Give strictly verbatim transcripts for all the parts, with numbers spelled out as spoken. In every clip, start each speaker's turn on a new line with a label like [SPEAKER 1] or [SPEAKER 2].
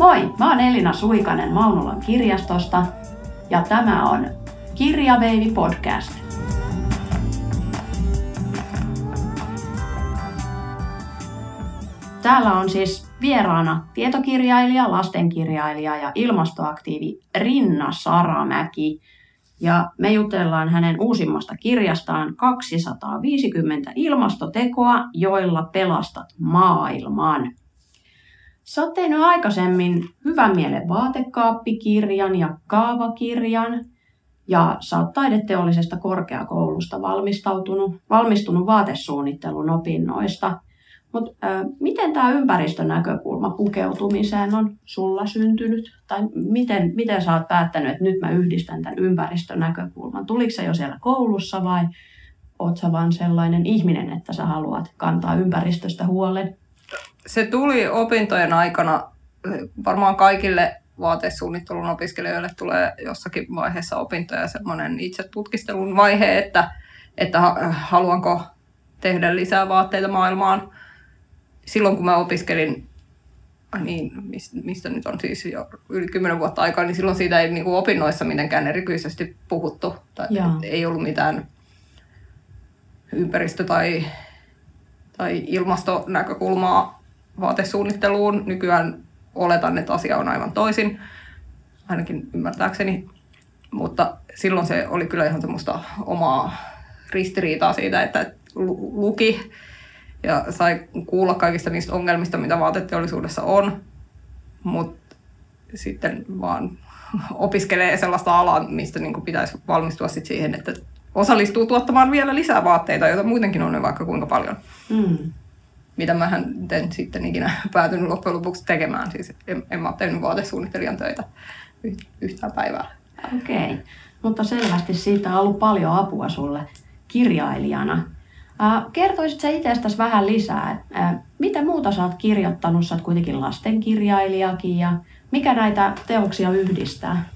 [SPEAKER 1] Moi, mä oon Elina Suikanen Maunulan kirjastosta ja tämä on Kirjaveivi podcast. Täällä on siis vieraana tietokirjailija, lastenkirjailija ja ilmastoaktiivi Rinna Saramäki. Ja me jutellaan hänen uusimmasta kirjastaan kaksisataaviisikymmentä ilmastotekoa, joilla pelastat maailman. Sä oot tehnyt aikaisemmin Hyvän mielen vaatekaappikirjan ja kaavakirjan. Ja sä oot taideteollisesta korkeakoulusta valmistautunut, valmistunut vaatesuunnittelun opinnoista. Mutta miten tämä ympäristön näkökulma pukeutumiseen on sulla syntynyt? Tai miten, miten sä oot päättänyt, että nyt mä yhdistän tämän ympäristön näkökulman? Tuliko se jo siellä koulussa vai oot sä vaan sellainen ihminen, että sä haluat kantaa ympäristöstä huolen?
[SPEAKER 2] Se tuli opintojen aikana. Varmaan kaikille vaatesuunnittelun opiskelijoille tulee jossakin vaiheessa opintoja semmoinen itse tutkistelun vaihe, että, että haluanko tehdä lisää vaatteita maailmaan. Silloin kun mä opiskelin, niin mistä nyt on siis jo yli kymmenen vuotta aikaa, niin silloin siitä ei niin kuin opinnoissa mitenkään erityisesti puhuttu. Tai ei ollut mitään ympäristö- tai, tai ilmastonäkökulmaa vaatesuunnitteluun. Nykyään oletan, että asia on aivan toisin, ainakin ymmärtääkseni. Mutta silloin se oli kyllä ihan semmoista omaa ristiriitaa siitä, että luki ja sai kuulla kaikista niistä ongelmista, mitä vaateteollisuudessa on, mutta sitten vaan opiskelee sellaista alaa, mistä niin kuin pitäisi valmistua sit siihen, että osallistuu tuottamaan vielä lisää vaatteita, joita muutenkin on vaikka kuinka paljon. Mm. Mitä mähän en sitten ikinä päätynyt loppujen lopuksi tekemään. Siis en, en mä ole tehnyt vaatesuunnittelijan töitä yhtään päivää.
[SPEAKER 1] Okei, okay. Mutta selvästi siitä on ollut paljon apua sulle kirjailijana. Kertoisit sä itsestäsi vähän lisää, mitä muuta sä oot kirjoittanut? Sä oot kuitenkin lastenkirjailijakin ja mikä näitä teoksia yhdistää?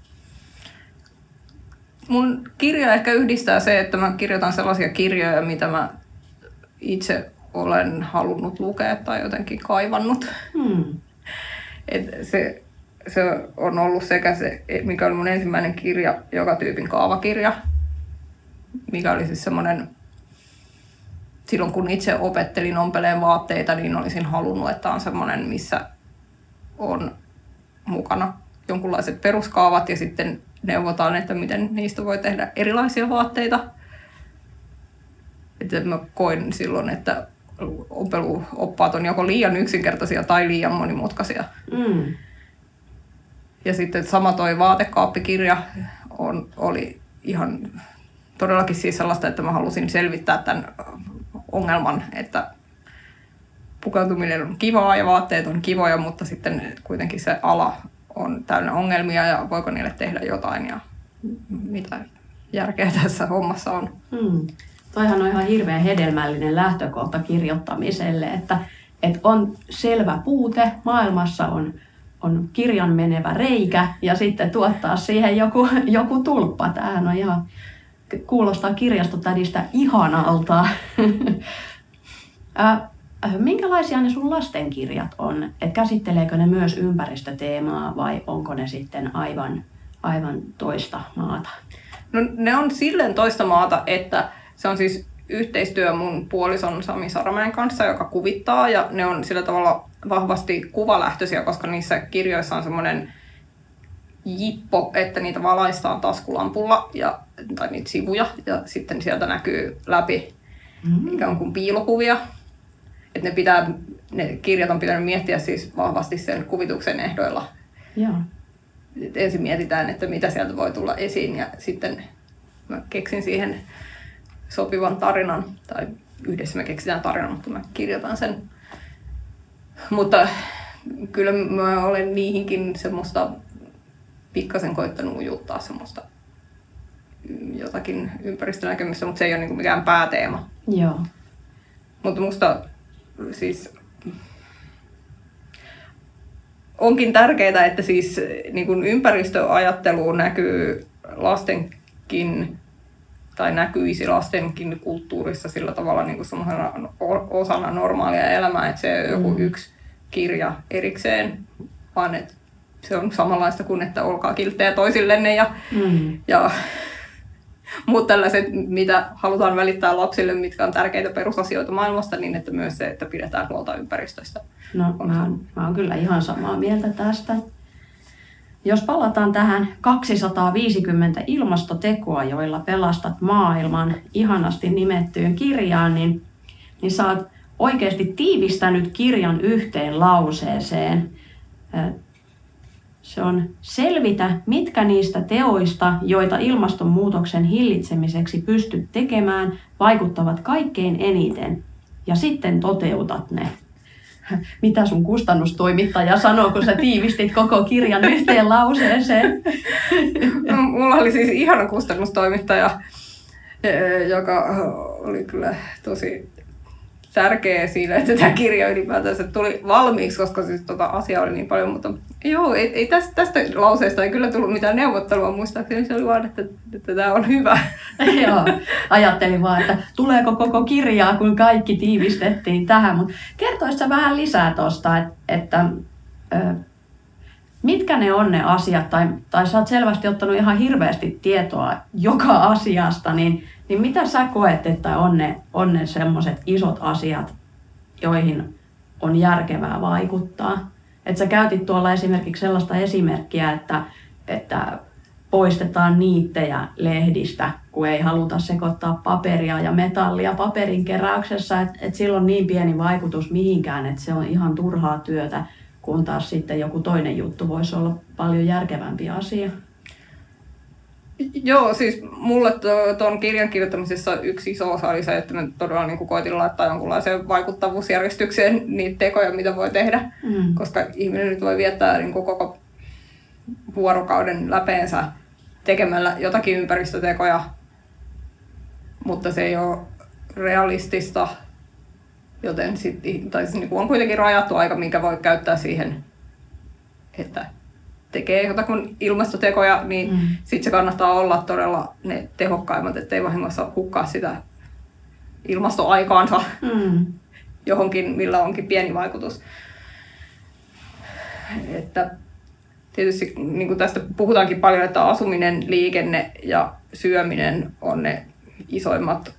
[SPEAKER 2] Mun kirja ehkä yhdistää se, että mä kirjoitan sellaisia kirjoja, mitä mä itse olen halunnut lukea tai jotenkin kaivannut. Hmm. Et se, se on ollut sekä se, mikä oli mun ensimmäinen kirja, joka tyypin kaavakirja, mikä oli siis semmoinen. Silloin kun itse opettelin ompeleen vaatteita, niin olisin halunnut, että on semmoinen, missä on mukana jonkunlaiset peruskaavat ja sitten neuvotaan, että miten niistä voi tehdä erilaisia vaatteita. Että mä koin silloin, että ompeluoppaat on joko liian yksinkertaisia tai liian monimutkaisia. Mm. Ja sitten sama toi vaatekaappikirja on, oli ihan todellakin siis sellaista, että mä halusin selvittää tämän ongelman, että pukeutuminen on kivaa ja vaatteet on kivoja, mutta sitten kuitenkin se ala on täynnä ongelmia ja voiko niille tehdä jotain ja mitä järkeä tässä hommassa on. Hmm.
[SPEAKER 1] Toihan on ihan hirveän hedelmällinen lähtökohta kirjoittamiselle, että, että on selvä puute, maailmassa on, on kirjan menevä reikä ja sitten tuottaa siihen joku, joku tulppa. Tämähän on ihan kuulostaa kirjastotädistä ihanalta. Minkälaisia ne sun lastenkirjat on? Et käsitteleekö ne myös ympäristöteemaa vai onko ne sitten aivan, aivan toista maata?
[SPEAKER 2] No, ne on silleen toista maata, että se on siis yhteistyö mun puolison Sami Saramäen kanssa, joka kuvittaa. Ja ne on sillä tavalla vahvasti kuvalähtöisiä, koska niissä kirjoissa on semmoinen jippo, että niitä valaistaan taskulampulla ja, tai niitä sivuja ja sitten sieltä näkyy läpi mm-hmm. ikään kuin piilokuvia. Että ne, pitää, ne kirjat on pitänyt miettiä siis vahvasti sen kuvituksen ehdoilla.
[SPEAKER 1] Joo.
[SPEAKER 2] Et ensin mietitään, että mitä sieltä voi tulla esiin ja sitten mä keksin siihen sopivan tarinan. Tai yhdessä me keksitään tarinan, mutta mä kirjoitan sen. Mutta kyllä mä olen niihinkin semmoista pikkasen koittanut ujuttaa semmoista jotakin ympäristönäkemystä, mutta se ei ole niinku mikään pääteema.
[SPEAKER 1] Joo.
[SPEAKER 2] Mutta musta siis onkin tärkeää, että siis niinku ympäristöajattelu näkyy lastenkin tai näkyisi lastenkin kulttuurissa sillä tavalla niinku osana normaalia elämää, että se on joku mm. yksi kirja erikseen, vaan että se on samanlaista kuin, että olkaa kilttejä toisillenne ja,
[SPEAKER 1] mm.
[SPEAKER 2] ja muut tällaiset, mitä halutaan välittää lapsille, mitkä on tärkeitä perusasioita maailmasta, niin että myös se, että pidetään huolta ympäristöstä.
[SPEAKER 1] No, mä oon, mä oon kyllä ihan samaa mieltä tästä. Jos palataan tähän kaksisataaviisikymmentä ilmastotekoa, joilla pelastat maailman ihanasti nimettyyn kirjaan, niin, niin sä oot oikeasti tiivistänyt kirjan yhteen lauseeseen. Se on selvitä, mitkä niistä teoista, joita ilmastonmuutoksen hillitsemiseksi pystyt tekemään, vaikuttavat kaikkein eniten, ja sitten toteutat ne. Mitä sun kustannustoimittaja sanoo, kun sä tiivistit koko kirjan yhteen lauseeseen?
[SPEAKER 2] No, mulla oli siis ihana kustannustoimittaja, joka oli kyllä tosi tärkeä siinä, että tämä kirja ylipäätänsä tuli valmiiksi, koska siis tota asiaa oli niin paljon, mutta joo, ei, ei tästä, tästä lauseesta ei kyllä tullut mitään neuvottelua muistaakseni, se oli vaan, että, että tämä on hyvä.
[SPEAKER 1] Joo, ajattelin vaan, että tuleeko koko kirjaa, kun kaikki tiivistettiin tähän, mutta kertoisitko vähän lisää tuosta, että, että ö, mitkä ne on ne asiat, tai, tai sä oot selvästi ottanut ihan hirveästi tietoa joka asiasta, niin Niin mitä sä koet, että on ne, on ne semmoiset isot asiat, joihin on järkevää vaikuttaa? Et sä käytit tuolla esimerkiksi sellaista esimerkkiä, että, että poistetaan niittejä lehdistä, kun ei haluta sekoittaa paperia ja metallia paperin keräyksessä. Että et sillä on niin pieni vaikutus mihinkään, että se on ihan turhaa työtä, kun taas sitten joku toinen juttu voisi olla paljon järkevämpi asia.
[SPEAKER 2] Joo, siis mulle tuon kirjan kirjoittamisessa yksi iso osa oli se, että mä todella niin koitin laittaa jonkunlaiseen vaikuttavuusjärjestykseen niitä tekoja, mitä voi tehdä. Mm. Koska ihminen nyt voi viettää niin koko vuorokauden läpeensä tekemällä jotakin ympäristötekoja, mutta se ei ole realistista, joten sit, tai siis niin on kuitenkin rajattu aika, minkä voi käyttää siihen, että tekee jotakin ilmastotekoja, niin mm. sitten se kannattaa olla todella ne tehokkaimmat, ettei vahingossa hukkaa sitä ilmastoaikaansa mm. johonkin, millä onkin pieni vaikutus. Että tietysti niin kuin tästä puhutaankin paljon, että asuminen, liikenne ja syöminen on ne isoimmat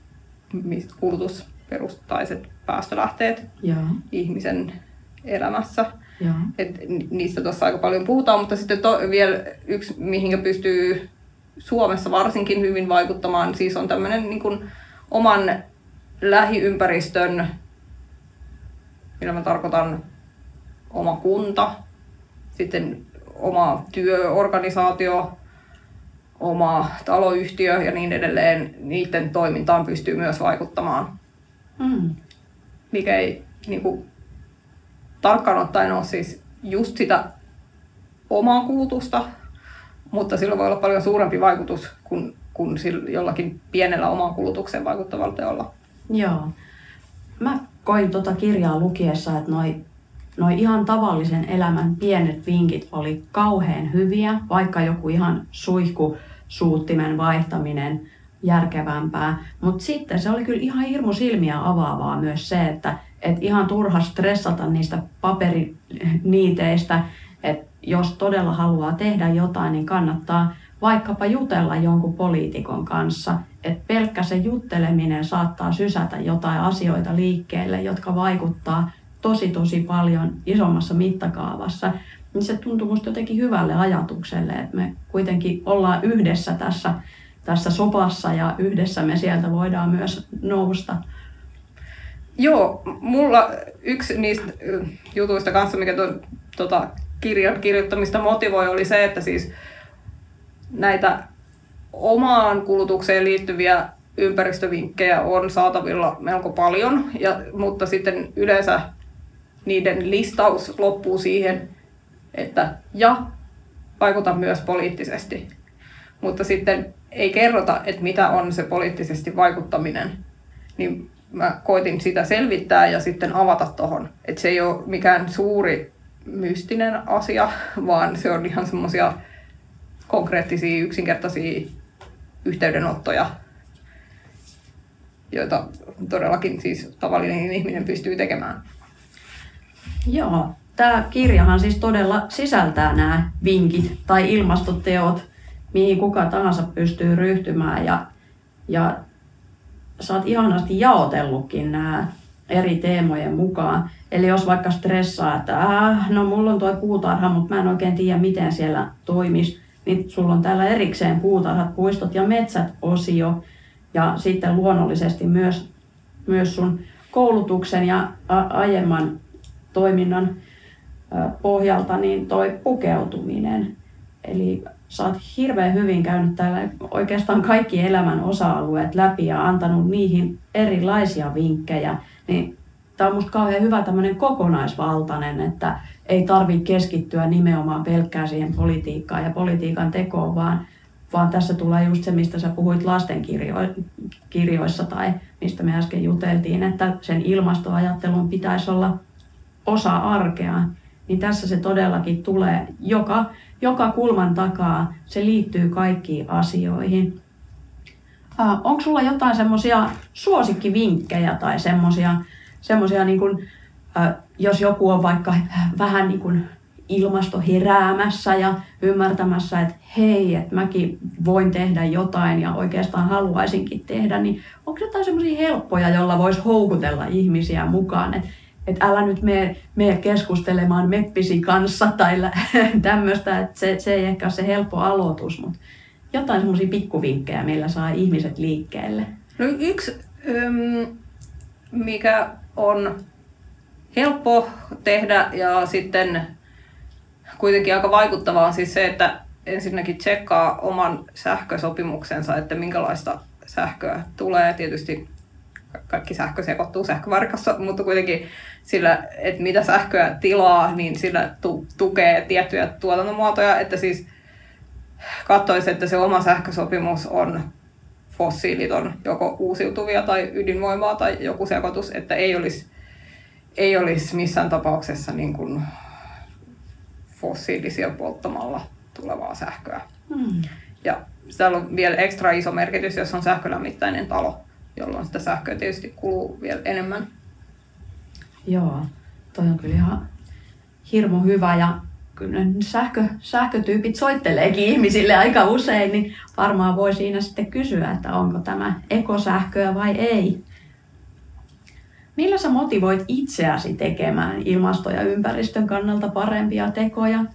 [SPEAKER 2] kulutusperustaiset päästölähteet ja. ihmisen elämässä. Et niistä tuossa aika paljon puhutaan, mutta sitten to, vielä yksi, mihinkä pystyy Suomessa varsinkin hyvin vaikuttamaan, siis on tämmöinen niin kuin oman lähiympäristön, millä mä tarkoitan oma kunta, sitten oma työorganisaatio, oma taloyhtiö ja niin edelleen, niiden toimintaan pystyy myös vaikuttamaan. Mm. Mikä ei niin kuin, tarkkaan ottaen on siis just sitä omaa kulutusta, mutta sillä voi olla paljon suurempi vaikutus kuin, kuin jollakin pienellä omaan kulutukseen vaikuttavalla teolla.
[SPEAKER 1] Joo. Mä koin tuota kirjaa lukiessa, että noi, noi ihan tavallisen elämän pienet vinkit oli kauhean hyviä, vaikka joku ihan suihkusuuttimen vaihtaminen järkevämpää. Mutta sitten se oli kyllä ihan hirmu silmiä avaavaa myös se, että et ihan turha stressata niistä paperiniiteistä, että jos todella haluaa tehdä jotain, niin kannattaa vaikkapa jutella jonkun poliitikon kanssa. Että pelkkä se jutteleminen saattaa sysätä jotain asioita liikkeelle, jotka vaikuttaa tosi tosi paljon isommassa mittakaavassa. Niin se tuntuu musta jotenkin hyvälle ajatukselle, että me kuitenkin ollaan yhdessä tässä, tässä sopassa ja yhdessä me sieltä voidaan myös nousta.
[SPEAKER 2] Joo, mulla yksi niistä jutuista kanssa, mikä tuon tota, kirjan kirjoittamista motivoi, oli se, että siis näitä omaan kulutukseen liittyviä ympäristövinkkejä on saatavilla melko paljon, ja, mutta sitten yleensä niiden listaus loppuu siihen, että ja vaikuta myös poliittisesti, mutta sitten ei kerrota, että mitä on se poliittisesti vaikuttaminen, niin mä koitin sitä selvittää ja sitten avata tohon. Että se ei ole mikään suuri mystinen asia, vaan se on ihan semmoisia konkreettisia, yksinkertaisia yhteydenottoja, joita todellakin siis tavallinen ihminen pystyy tekemään.
[SPEAKER 1] Joo, tämä kirjahan siis todella sisältää nämä vinkit tai ilmastoteot, mihin kuka tahansa pystyy ryhtymään. Ja, ja sä oot ihanasti jaotellutkin nämä eri teemojen mukaan. Eli jos vaikka stressaa, että äh, no mulla on toi puutarha, mutta mä en oikein tiedä miten siellä toimisi, niin sulla on täällä erikseen puutarhat, puistot ja metsät osio. Ja sitten luonnollisesti myös, myös sun koulutuksen ja a- aiemman toiminnan ä, pohjalta niin toi pukeutuminen. Eli sä oot hirveän hyvin käynyt täällä oikeastaan kaikki elämän osa-alueet läpi ja antanut niihin erilaisia vinkkejä. Niin tää on musta kauhean hyvä tämmönen kokonaisvaltainen, että ei tarvitse keskittyä nimenomaan pelkkään siihen politiikkaan ja politiikan tekoon, vaan, vaan tässä tulee just se, mistä sä puhuit lastenkirjoissa tai mistä me äsken juteltiin, että sen ilmastoajattelun pitäisi olla osa arkea. Niin tässä se todellakin tulee joka, joka kulman takaa, se liittyy kaikkiin asioihin. Äh, onko sulla jotain semmoisia suosikkivinkkejä tai semmoisia, semmoisia niin kuin, äh, jos joku on vaikka vähän niin kuin ilmastoheräämässä ja ymmärtämässä, että hei, että mäkin voin tehdä jotain ja oikeastaan haluaisinkin tehdä, niin onko jotain semmoisia helppoja, joilla voisi houkutella ihmisiä mukaan, että et älä nyt mene, mene keskustelemaan meppisi kanssa tai tämmöistä, että se, se ei ehkä ole se helppo aloitus, mutta jotain semmoisia pikkuvinkkejä, millä saa ihmiset liikkeelle.
[SPEAKER 2] No yksi, mikä on helppo tehdä ja sitten kuitenkin aika vaikuttavaa on siis se, että ensinnäkin tsekkaa oman sähkösopimuksensa, että minkälaista sähköä tulee. Tietysti kaikki sähkö sekoittuu sähkövarkassa, mutta kuitenkin sillä, että mitä sähköä tilaa, niin sillä tu- tukee tiettyjä tuotantomuotoja, että siis katsoisi, että se oma sähkösopimus on fossiiliton, joko uusiutuvia tai ydinvoimaa tai joku sekoitus, että ei olisi, ei olisi missään tapauksessa niin kuin fossiilisia polttamalla tulevaa sähköä. Hmm. Ja täällä on vielä ekstra iso merkitys, jos on sähkölämmittäinen talo, jolloin sitä sähköä tietysti kuluu vielä enemmän.
[SPEAKER 1] Joo, toi on kyllä ihan hirmu hyvä ja kyllä sähkö, sähkötyypit soitteleekin ihmisille aika usein, niin varmaan voi siinä sitten kysyä, että onko tämä ekosähköä vai ei. Millä sä motivoit itseäsi tekemään ilmasto- ja ympäristön kannalta parempia tekoja?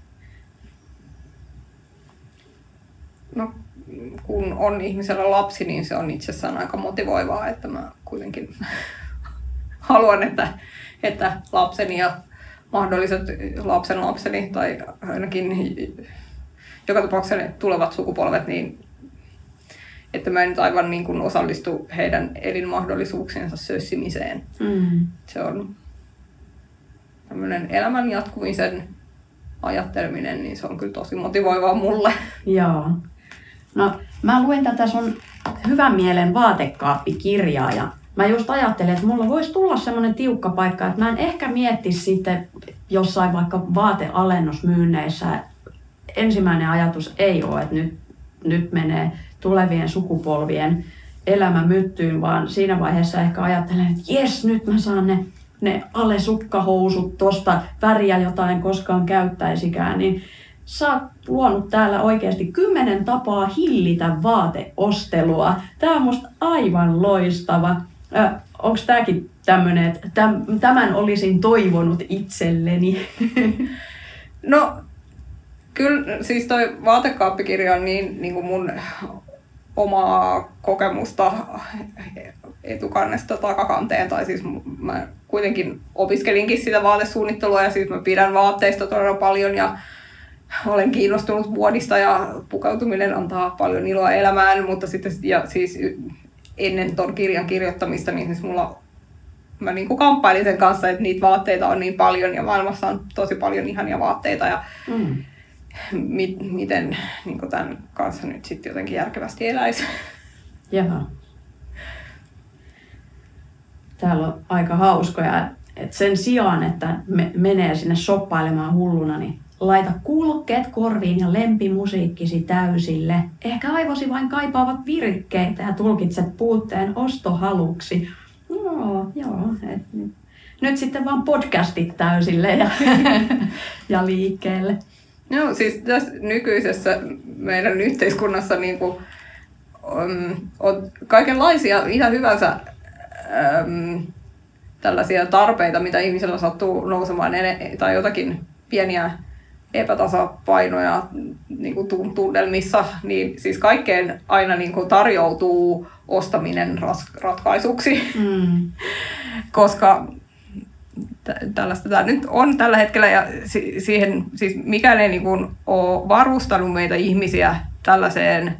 [SPEAKER 2] No, kun on ihmisellä lapsi, niin se on itsessään aika motivoivaa, että mä kuitenkin haluan, että, että lapseni ja mahdolliset lapsen lapseni tai ainakin joka tapauksessa tulevat sukupolvet, niin että mä en nyt aivan niin kuin osallistu heidän elinmahdollisuuksiensa sössimiseen. Mm. Se on tämmöinen elämän jatkumisen ajatteleminen, niin se on kyllä tosi motivoivaa mulle.
[SPEAKER 1] Joo. No, mä luin tätä sun Hyvän mielen vaatekaappikirjaa ja mä just ajattelin, että mulla voisi tulla semmoinen tiukka paikka, että mä en ehkä miettisi sitten jossain vaikka vaatealennusmyynneissä. Ensimmäinen ajatus ei ole, että nyt, nyt menee tulevien sukupolvien elämä myttyyn, vaan siinä vaiheessa ehkä ajattelen, että jes, nyt mä saan ne, ne alesukkahousut tosta väriä, jota en koskaan käyttäisikään, niin sä oot luonut täällä oikeasti kymmenen tapaa hillitä vaateostelua. Tää on musta aivan loistava. Äh, onks tääkin tämmönen, että tämän olisin toivonut itselleni?
[SPEAKER 2] No, kyllä siis toi vaatekaappikirja on niin, niin kuin mun omaa kokemusta etukannesta takakanteen. Tai siis mä kuitenkin opiskelinkin sitä vaatesuunnittelua ja siis mä pidän vaatteista todella paljon ja olen kiinnostunut muodista ja pukeutuminen antaa paljon iloa elämään, mutta sitten ja siis ennen ton kirjan kirjoittamista niin siis mulla mä niin kuin kamppailin sen kanssa, että niitä vaatteita on niin paljon ja maailmassa on tosi paljon ihania vaatteita ja mm. mi- miten niin kuin tämän kanssa nyt sitten jotenkin järkevästi eläisi.
[SPEAKER 1] Jaha. Täällä on aika hauskoja, että sen sijaan, että me menee sinne shoppailemaan hulluna, niin laita kuulokkeet korviin ja lempimusiikkisi täysille. Ehkä aivosi vain kaipaavat virkkeitä ja tulkitset puutteen ostohaluksi. Joo, joo. Et, nyt sitten vaan podcastit täysille ja, ja liikkeelle.
[SPEAKER 2] Joo, siis tässä nykyisessä meidän yhteiskunnassa niin kuin, on, on kaikenlaisia ihan hyvänsä äm, tällaisia tarpeita, mitä ihmisellä sattuu nousemaan tai jotakin pieniä epätasapainoja niin kuin tunnelmissa, niin siis kaikkeen aina niin kuin tarjoutuu ostaminen ras- ratkaisuksi, mm. koska t- tällaista tämä nyt on tällä hetkellä ja si- siihen, siis mikään ei niin kuin ole varustanut meitä ihmisiä tällaiseen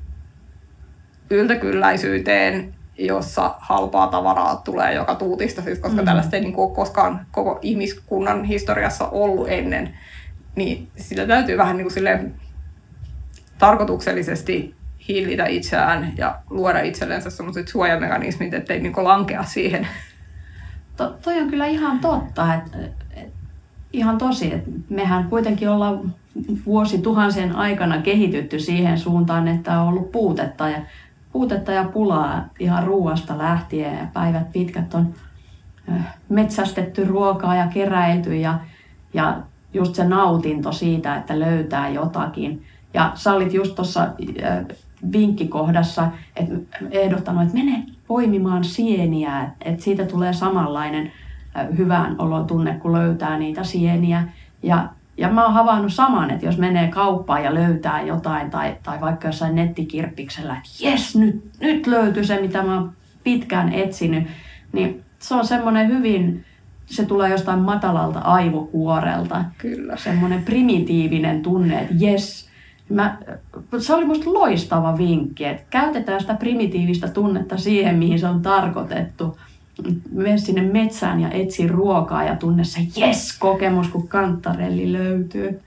[SPEAKER 2] yltäkylläisyyteen, jossa halpaa tavaraa tulee joka tuutista, siis koska mm. tällaista ei niin kuin ole koskaan koko ihmiskunnan historiassa ollut ennen. Niin sitä täytyy vähän niin kuin silleen tarkoituksellisesti hillitä itseään ja luoda itsellensä sellaiset suojamekanismit, ettei niin kuin lankea siihen.
[SPEAKER 1] To, toi on kyllä ihan totta. Et, et, ihan tosi. Et mehän kuitenkin ollaan vuosituhansien aikana kehitytty siihen suuntaan, että on ollut puutetta ja, puutetta ja pulaa ihan ruuasta lähtien. Ja päivät pitkät on metsästetty ruokaa ja keräilty ja, ja just se nautinto siitä, että löytää jotakin. Ja sä olit just tuossa vinkkikohdassa että ehdottanut, että mene poimimaan sieniä, että siitä tulee samanlainen hyvän olon tunne, kun löytää niitä sieniä. Ja, ja mä oon havainnut saman, että jos menee kauppaan ja löytää jotain tai, tai vaikka jossain nettikirppiksellä, että jes, nyt, nyt löytyy se, mitä mä oon pitkään etsinyt, niin se on semmoinen hyvin... Se tulee jostain matalalta aivokuorelta.
[SPEAKER 2] Kyllä.
[SPEAKER 1] Semmoinen primitiivinen tunne, että jes. Mä, se oli musta loistava vinkki, että käytetään sitä primitiivistä tunnetta siihen, mihin se on tarkoitettu. Mene sinne metsään ja etsi ruokaa ja tunne se jes-kokemus, kun kantarelli löytyy.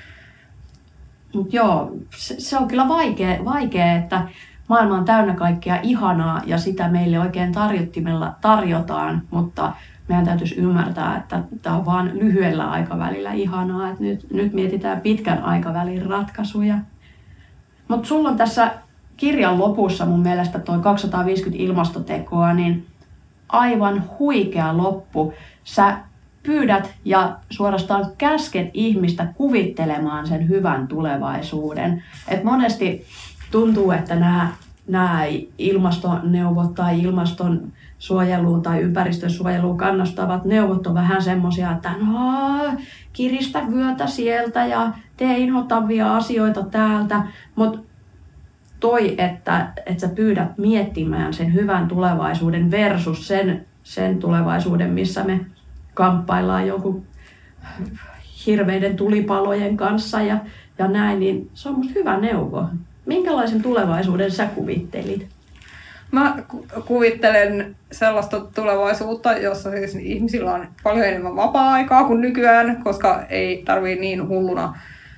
[SPEAKER 1] Mut joo, se, se on kyllä vaikea, vaikea, että maailma on täynnä kaikkea ihanaa ja sitä meille oikein tarjottimella tarjotaan, mutta meidän täytyisi ymmärtää, että tämä on vain lyhyellä aikavälillä ihanaa, että nyt, nyt mietitään pitkän aikavälin ratkaisuja. Mutta sulla on tässä kirjan lopussa mun mielestä tuo kaksisataaviisikymmentä ilmastotekoa, niin aivan huikea loppu. Sä pyydät ja suorastaan käsket ihmistä kuvittelemaan sen hyvän tulevaisuuden. Et monesti tuntuu, että nämä, nämä ilmastoneuvot tai ilmaston suojeluun tai ympäristön suojeluun kannustavat neuvot on vähän semmoisia, että no, kiristä vyötä sieltä ja tee inhottavia asioita täältä. Mutta toi, että, että sä pyydät miettimään sen hyvän tulevaisuuden versus sen, sen tulevaisuuden, missä me kamppaillaan jonkun hirveiden tulipalojen kanssa ja, ja näin, niin se on musta hyvä neuvo. Minkälaisen tulevaisuuden sä kuvittelit?
[SPEAKER 2] Mä kuvittelen sellaista tulevaisuutta, jossa siis ihmisillä on paljon enemmän vapaa-aikaa kuin nykyään, koska ei tarvii niin hulluna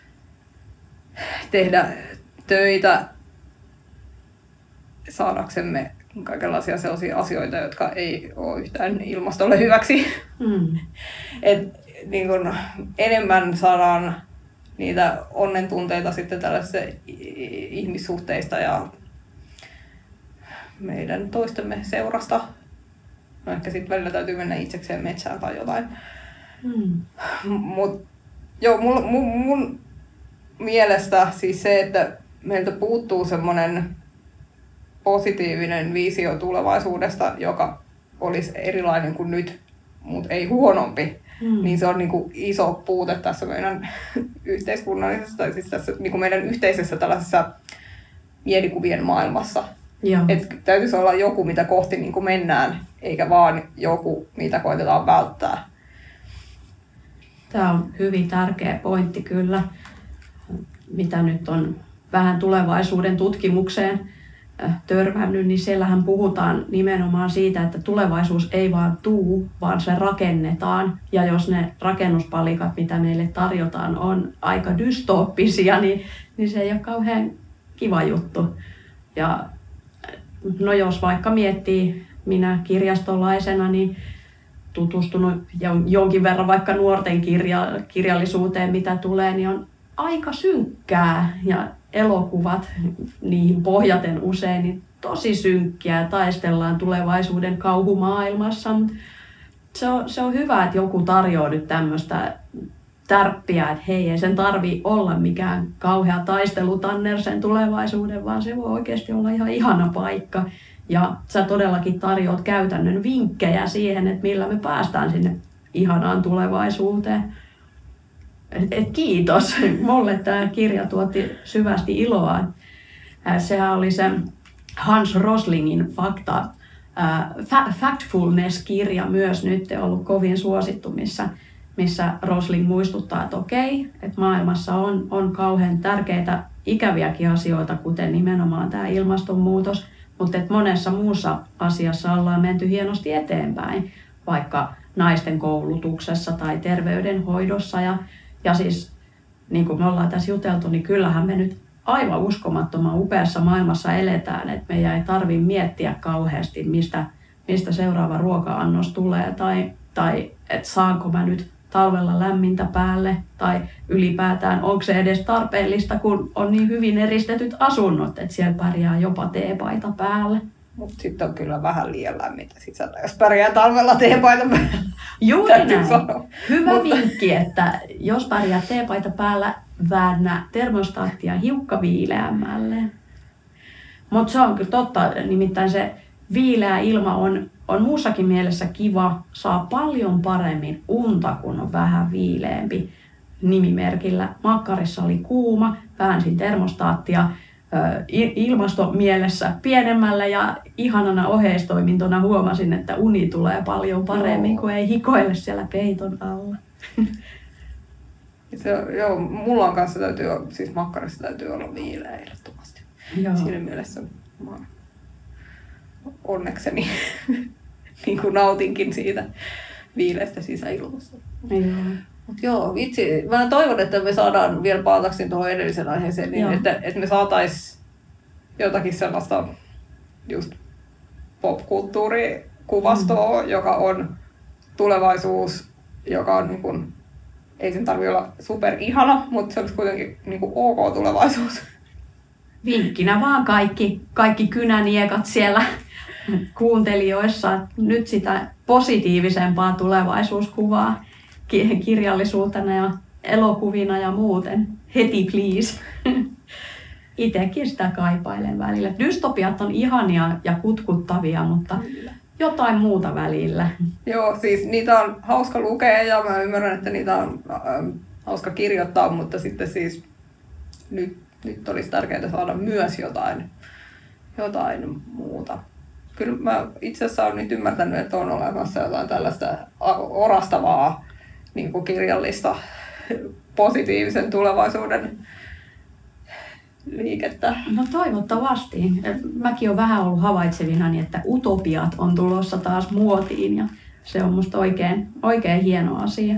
[SPEAKER 2] tehdä töitä saadaksemme kaikenlaisia sellaisia asioita, jotka ei ole yhtään ilmastolle hyväksi. Mm. Et, niin kun enemmän saadaan niitä onnentunteita sitten tällaisista ihmissuhteista ja meidän toistemme seurasta. No ehkä sitten välillä täytyy mennä itsekseen metsään tai jotain. Mm. Mut joo, mun, mun, mun mielestä siis se, että meiltä puuttuu semmoinen positiivinen visio tulevaisuudesta, joka olisi erilainen kuin nyt, mutta ei huonompi. Mm. Niin se on niinku iso puute tässä meidän yhteiskunnallisessa, tai siis tässä niinku meidän yhteisessä tällaisessa mielikuvien maailmassa. Että täytyisi olla joku, mitä kohti niinku mennään, eikä vaan joku, mitä koitetaan välttää.
[SPEAKER 1] Tämä on hyvin tärkeä pointti kyllä, mitä nyt on vähän tulevaisuuden tutkimukseen törmännyt, niin siellähän puhutaan nimenomaan siitä, että tulevaisuus ei vaan tuu, vaan se rakennetaan. Ja jos ne rakennuspalikat, mitä meille tarjotaan, on aika dystooppisia, niin, niin se ei ole kauhean kiva juttu. Ja no jos vaikka miettii minä kirjastolaisena, niin tutustunut jonkin verran vaikka nuorten kirja, kirjallisuuteen, mitä tulee, niin on aika synkkää ja elokuvat niihin pohjaten usein niin tosi synkkiä. Taistellaan tulevaisuuden kauhumaailmassa. se on, se on hyvä, että joku tarjoaa nyt tämmöistä tärppiä, että hei, ei sen tarvi olla mikään kauhea taistelutanner sen tulevaisuuden, vaan se voi oikeasti olla ihan ihana paikka. Ja sä todellakin tarjoat käytännön vinkkejä siihen, että millä me päästään sinne ihanaan tulevaisuuteen. Et, et kiitos. Mulle tämä kirja tuotti syvästi iloa. Sehän oli se Hans Roslingin fakta, äh, Factfulness-kirja myös nyt ollut kovin suosittu, missä, missä Rosling muistuttaa, että okei, että maailmassa on, on kauhean tärkeitä ikäviäkin asioita, kuten nimenomaan tämä ilmastonmuutos, mutta että monessa muussa asiassa ollaan menty hienosti eteenpäin, vaikka naisten koulutuksessa tai terveydenhoidossa. Ja, ja siis, niin kuin me ollaan tässä juteltu, niin kyllähän me nyt aivan uskomattoman upeassa maailmassa eletään, että meidän ei tarvitse miettiä kauheasti, mistä, mistä seuraava ruoka-annos tulee, tai, tai että saanko mä nyt talvella lämmintä päälle, tai ylipäätään onko se edes tarpeellista, kun on niin hyvin eristetyt asunnot, että siellä pärjää jopa teepaita päälle.
[SPEAKER 2] Mutta sitten on kyllä vähän liian lämmintä sisällä, jos pärjää talvella teepaita päällä.
[SPEAKER 1] Juuri näin. Hyvä Mutta... vinkki, että jos pärjää teepaita päällä, väännä termostaattia hiukka viileämmälle. Mutta se on kyllä totta, nimittäin se viileä ilma on, on muussakin mielessä kiva, saa paljon paremmin unta, kun on vähän viileämpi. Nimimerkillä makkarissa oli kuuma, väänsin termostaattia ilmastomielessä pienemmällä ja ihanana oheistoimintona huomasin, että uni tulee paljon paremmin, kun ei hikoile siellä peiton alla.
[SPEAKER 2] Se, joo, mulla on kanssa täytyy, siis makkarissa täytyy olla viileä ehdottomasti. Joo. Siinä mielessä mä onnekseni niin kuin nautinkin siitä viileästä sisäilmasta.
[SPEAKER 1] Joo.
[SPEAKER 2] Mut joo, vitsi. Mä toivon, että me saadaan vielä palatakseni tuohon edelliseen aiheeseen, niin että, että me saatais jotakin sellaista just popkulttuurikuvastoa, mm. joka on tulevaisuus, joka on niin kuin, ei sen tarvitse olla super ihana, mutta se olisi kuitenkin niin kuin ok tulevaisuus.
[SPEAKER 1] Vinkkinä vaan kaikki, kaikki kynäniekat siellä kuuntelijoissa. Nyt sitä positiivisempaa tulevaisuuskuvaa kirjallisuutena ja elokuvina ja muuten. Heti please. Itekin sitä kaipailen välillä. Dystopiat on ihania ja kutkuttavia, mutta Kyllä. jotain muuta välillä.
[SPEAKER 2] Joo, siis niitä on hauska lukea ja mä ymmärrän, että niitä on äh, hauska kirjoittaa, mutta sitten siis nyt, nyt olisi tärkeää saada myös jotain, jotain muuta. Kyllä mä itse asiassa olen nyt ymmärtänyt, että on olemassa jotain tällaista orastavaa niin kuin kirjallista positiivisen tulevaisuuden liikettä.
[SPEAKER 1] No toivottavasti. Mäkin olen vähän ollut havaitsevinani, että utopiat on tulossa taas muotiin ja se on musta oikein, oikein hieno asia.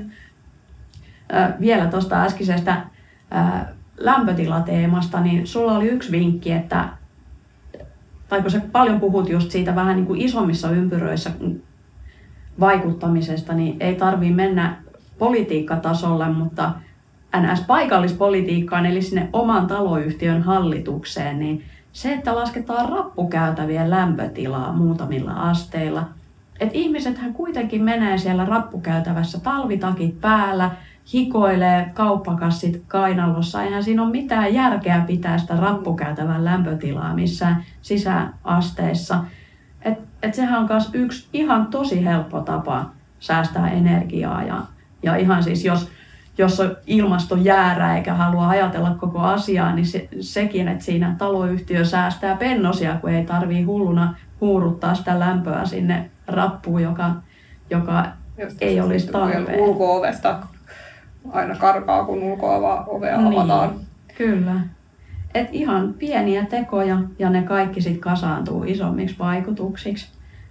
[SPEAKER 1] Äh, vielä tuosta äskeisestä äh, lämpötilateemasta, niin sulla oli yksi vinkki, että tai kun sä paljon puhut just siitä vähän niin kuin isommissa ympyröissä vaikuttamisesta, niin ei tarvitse mennä politiikkatasolle, mutta N S-paikallispolitiikkaan, eli sinne oman taloyhtiön hallitukseen, niin se, että lasketaan rappukäytävien lämpötilaa muutamilla asteilla. Että ihmisethän kuitenkin menee siellä rappukäytävässä talvitakit päällä, hikoilee kauppakassit kainalossa. Eihän siinä ole mitään järkeä pitää sitä rappukäytävän lämpötilaa missään sisäasteissa. Et, et sehän on myös yksi ihan tosi helppo tapa säästää energiaa. Ja, ja ihan siis jos, jos on ilmasto jäärä eikä halua ajatella koko asiaa, niin se, sekin, että siinä taloyhtiö säästää pennosia, kun ei tarvitse hulluna huuruttaa sitä lämpöä sinne rappuun, joka, joka ei olisi tarpeen.
[SPEAKER 2] Ulko-ovesta aina karkaa, kun ulko-ovea
[SPEAKER 1] niin,
[SPEAKER 2] avataan.
[SPEAKER 1] Kyllä. Et ihan pieniä tekoja ja ne kaikki sit kasaantuu isommiksi vaikutuksiksi.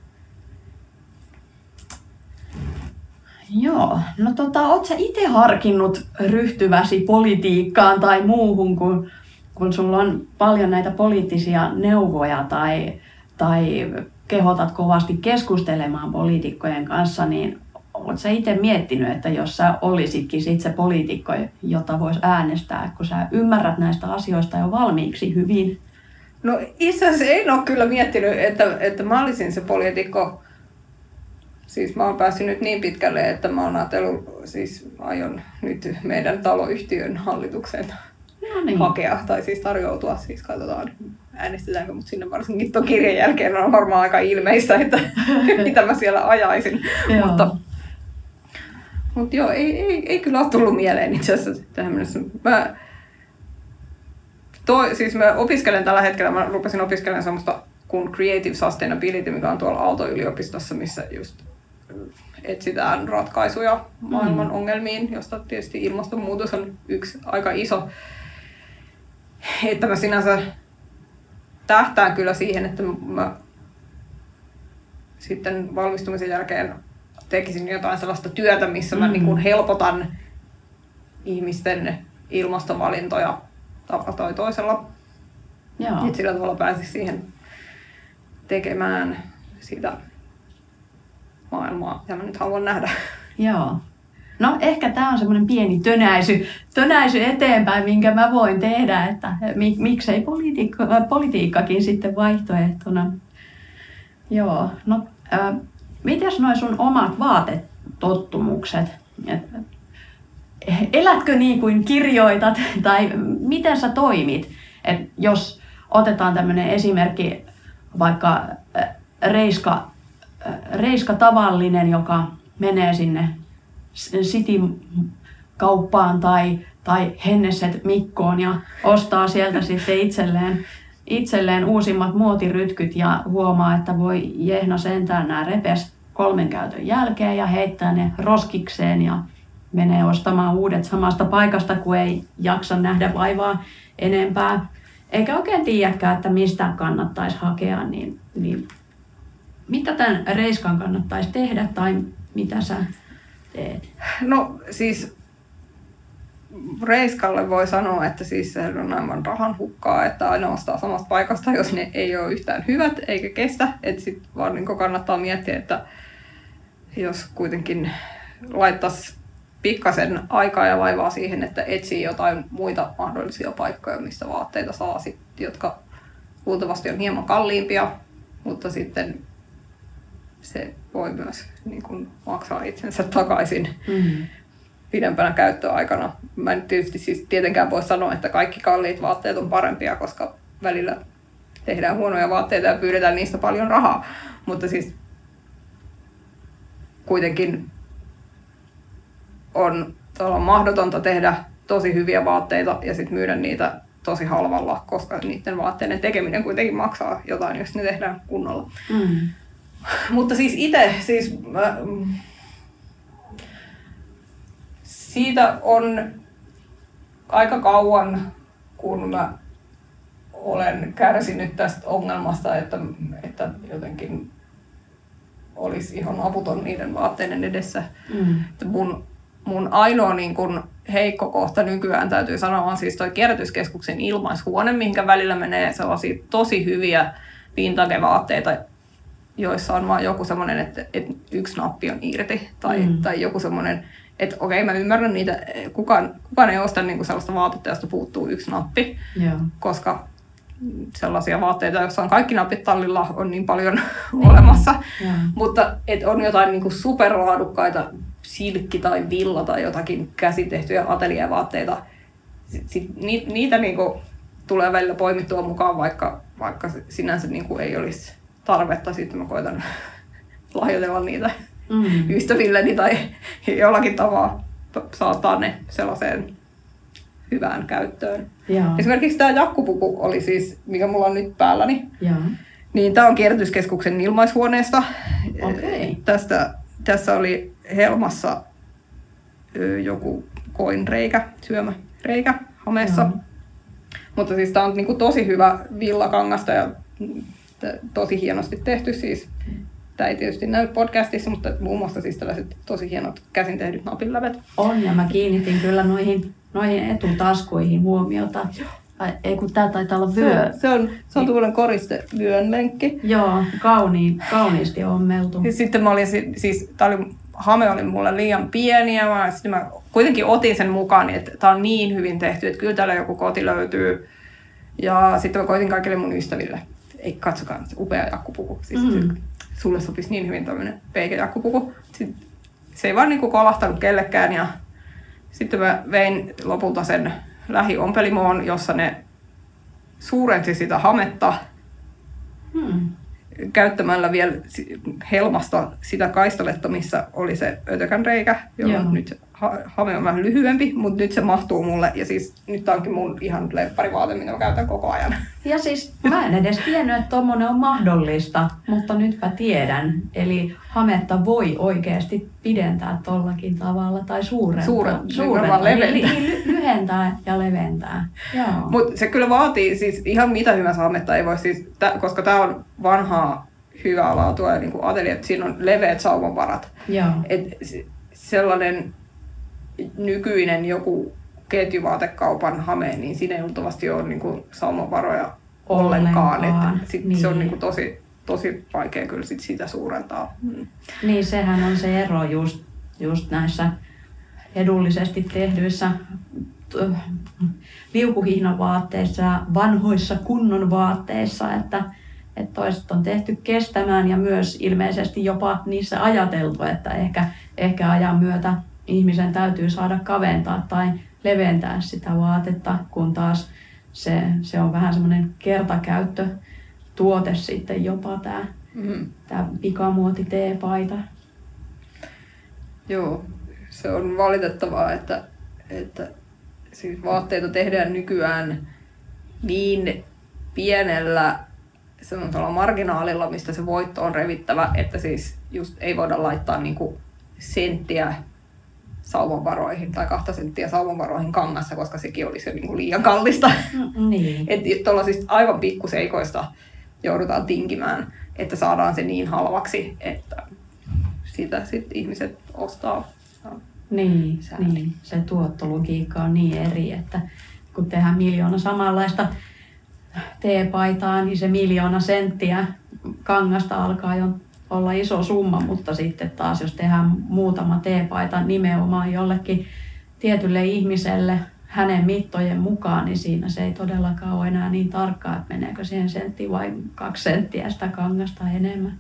[SPEAKER 1] Joo, no tota, oot sä itse harkinnut ryhtyväsi politiikkaan tai muuhun, kun, kun sulla on paljon näitä poliittisia neuvoja tai, tai kehotat kovasti keskustelemaan poliitikkojen kanssa, niin oot sä itse miettinyt, että jos sä olisitkin sit se poliitikko, jota vois äänestää, kun sä ymmärrät näistä asioista jo valmiiksi hyvin?
[SPEAKER 2] No itse asiassa en ole kyllä miettinyt, että, että mä olisin se poliitikko. Siis mä oon päässyt nyt niin pitkälle, että mä oon ajatellut, siis aion nyt meidän taloyhtiön hallitukseen
[SPEAKER 1] no niin.
[SPEAKER 2] hakea, tai siis tarjoutua, siis katsotaan äänestetäänkö, mutta sinne varsinkin tuon kirjan jälkeen on varmaan aika ilmeistä, että mitä mä siellä ajaisin.
[SPEAKER 1] Joo.
[SPEAKER 2] Mutta, mutta joo, ei, ei, ei kyllä ole tullut mieleen itse asiassa tähän mennessä. Mä, toi, siis mä opiskelen tällä hetkellä, mä rupesin opiskelemaan semmoista kuin Creative Sustainability, mikä on tuolla Aalto-yliopistossa, missä just etsitään ratkaisuja maailman mm. ongelmiin, josta tietysti ilmastonmuutos on yksi aika iso. Että mä sinänsä tähtään kyllä siihen, että mä sitten valmistumisen jälkeen tekisin jotain sellaista työtä, missä mä mm. niin kuin helpotan ihmisten ilmastovalintoja tavalla tai toisella. Että sillä tavalla pääsisi siihen tekemään sitä maailmaa, mitä mä nyt haluan nähdä.
[SPEAKER 1] Joo. No ehkä tämä on semmoinen pieni tönäisy, tönäisy eteenpäin, minkä mä voin tehdä, että mik, miksei politiikka, politiikkakin sitten vaihtoehtona. Joo. No, äh, mitäs noi sun omat vaatetottumukset? Et, elätkö niin kuin kirjoitat tai miten sä toimit? Et jos otetaan tämmöinen esimerkki, vaikka äh, Reiska, äh, Reiska tavallinen, joka menee sinne City-kauppaan tai, tai Hennesset Mikkoon ja ostaa sieltä sitten itselleen, itselleen uusimmat muotirytkyt ja huomaa, että voi jehna sentään nämä repes kolmen käytön jälkeen ja heittää ne roskikseen ja menee ostamaan uudet samasta paikasta, kun ei jaksa nähdä vaivaa enempää. Eikä oikein tiedäkään, että mistä kannattaisi hakea, niin, niin mitä tämän Reiskan kannattaisi tehdä tai mitä sä teet?
[SPEAKER 2] No siis Reiskalle voi sanoa, että siis se on aivan rahan hukkaa, että aina ostaa samasta paikasta, jos ne ei ole yhtään hyvät eikä kestä. Että sitten vaan niin kannattaa miettiä, että jos kuitenkin laittaisi pikkasen aikaa ja vaivaa siihen, että etsii jotain muita mahdollisia paikkoja, mistä vaatteita saa, sit, jotka luultavasti on hieman kalliimpia, mutta sitten se voi myös niin kuin maksaa itsensä takaisin mm-hmm. pidempänä käyttöaikana. Mä en tietysti siis tietenkään voi sanoa, että kaikki kalliit vaatteet on parempia, koska välillä tehdään huonoja vaatteita ja pyydetään niistä paljon rahaa. Mutta siis kuitenkin on mahdotonta tehdä tosi hyviä vaatteita ja sitten myydä niitä tosi halvalla, koska niiden vaatteiden tekeminen kuitenkin maksaa jotain, jos ne tehdään kunnolla. Mm. Mutta siis itse, siis mä, siitä on aika kauan, kun mä olen kärsinyt tästä ongelmasta, että, että jotenkin olisi ihan avuton niiden vaatteiden edessä. Mm. Että mun, mun ainoa niin kun heikko kohta nykyään täytyy sanoa on siis toi kierrätyskeskuksen ilmaishuone, mihinkä välillä menee sellaisia tosi hyviä vintage-vaatteita, joissa on vaan joku semmoinen, että, että yksi nappi on irti. Tai, mm. tai joku semmoinen, että okei, mä ymmärrän niitä, kukaan, kukaan ei osta niinku sellaista vaatetta, josta puuttuu yksi nappi. Yeah. Koska sellaisia vaatteita, joissa on kaikki napit tallilla, on niin paljon niin. olemassa. Yeah. Mutta et on jotain niinku superlaadukkaita silkki tai villa tai jotakin käsitehtyjä ateljevaatteita. Sit niitä niinku tulee välillä poimittua mukaan, vaikka, vaikka sinänsä niinku ei olisi tarvetta. Sitten mä koitan lahjoitella niitä mm. ystävilleni tai jollakin tavalla saattaa ne sellaiseen hyvään käyttöön. Jaa. Esimerkiksi tämä jakkupuku oli siis, mikä mulla on nyt päälläni. Jaa. Niin tämä on kierrätyskeskuksen ilmaishuoneesta.
[SPEAKER 1] Okay.
[SPEAKER 2] Tästä, tässä oli helmassa joku koinreikä, syömäreikä hameessa. Jaa. Mutta siis tämä on niinku tosi hyvä villakangasta ja tosi hienosti tehty. Siis, tämä ei tietysti näy podcastissa, mutta muun muassa siis tällaiset tosi hienot käsin tehdyt napinlävet.
[SPEAKER 1] On, ja mä kiinnitin kyllä noihin, noihin etutaskuihin huomiota. Ai, ei kun tää taitaa olla vyö.
[SPEAKER 2] Se, se on, se on tuollainen koriste vyönlenkki.
[SPEAKER 1] Joo, kauniin, kauniisti ommeltu.
[SPEAKER 2] Ja sitten mä olin, siis tää oli, hame oli mulle liian pieni ja mä, sitten mä kuitenkin otin sen mukaan, että tää on niin hyvin tehty, että kyllä täällä joku koti löytyy. Ja sitten mä koitin kaikille mun ystäville. Ei, katsokaa, se upea jakkupuku. Siis mm. sulle sopisi niin hyvin tämmöinen peikejakkupuku. Sitten se ei vaan niinku kolahtanut kellekään ja sitten mä vein lopulta sen lähiompelimoon, jossa ne suurensi sitä hametta hmm. käyttämällä vielä helmasta sitä kaistaletta, missä oli se ötökän reikä, jolloin nyt se hame on vähän lyhyempi, mutta nyt se mahtuu mulle ja siis nyt tää onkin mun ihan lempparivaate, mitä mä käytän koko ajan.
[SPEAKER 1] Ja siis mä en edes tiennyt, että tommonen on mahdollista, mutta nytpä tiedän. Eli hametta voi oikeasti pidentää tollakin tavalla tai suurentaa.
[SPEAKER 2] Suurentaa,
[SPEAKER 1] suurentaa.
[SPEAKER 2] leventää.
[SPEAKER 1] Niin, lyhentää ja leventää.
[SPEAKER 2] Mutta se kyllä vaatii siis ihan mitä hyvänsä hametta ei voi siis, tä, koska tää on vanhaa hyvää laatua ja niin kuin ajattelin, että siinä on leveät saumanvarat. Et sellainen nykyinen joku ketjuvaatekaupan hame, niin siinä ei luultavasti ole niin kuin saumanvaroja ollenkaan. ollenkaan. Et sit niin. Se on niin kuin tosi, tosi vaikea kyllä sit sitä suurentaa. Mm.
[SPEAKER 1] Niin, sehän on se ero just, just näissä edullisesti tehdyissä liukuhihnavaatteissa ja vanhoissa kunnon vaatteissa, että, että toiset on tehty kestämään ja myös ilmeisesti jopa niissä ajateltu, että ehkä, ehkä ajan myötä ihmisen täytyy saada kaventaa tai leventää sitä vaatetta, kun taas se, se on vähän semmoinen kertakäyttötuote sitten jopa tämä mm. tää pikamuoti teepaita.
[SPEAKER 2] Joo, se on valitettavaa, että, että siis vaatteita tehdään nykyään niin pienellä semmoisella marginaalilla, mistä se voitto on revittävä, että siis just ei voida laittaa niinku senttiä saumanvaroihin tai kahta senttiä saumanvaroihin kangassa, koska sekin olisi jo niinku liian kallista.
[SPEAKER 1] Mm, niin.
[SPEAKER 2] Että tuollaisista aivan pikkuseikoista joudutaan tinkimään, että saadaan se niin halvaksi, että sitä sitten ihmiset ostaa.
[SPEAKER 1] Niin, niin, se tuottologiikka on niin eri, että kun tehdään miljoona samanlaista teepaitaa, niin se miljoona senttiä kangasta alkaa jo olla iso summa, mutta sitten taas jos tehdään muutama teepaita nimenomaan jollekin tietylle ihmiselle hänen mittojen mukaan, niin siinä se ei todellakaan ole enää niin tarkkaa, että meneekö siihen sentti vai kaksi senttiä sitä kangasta enemmän.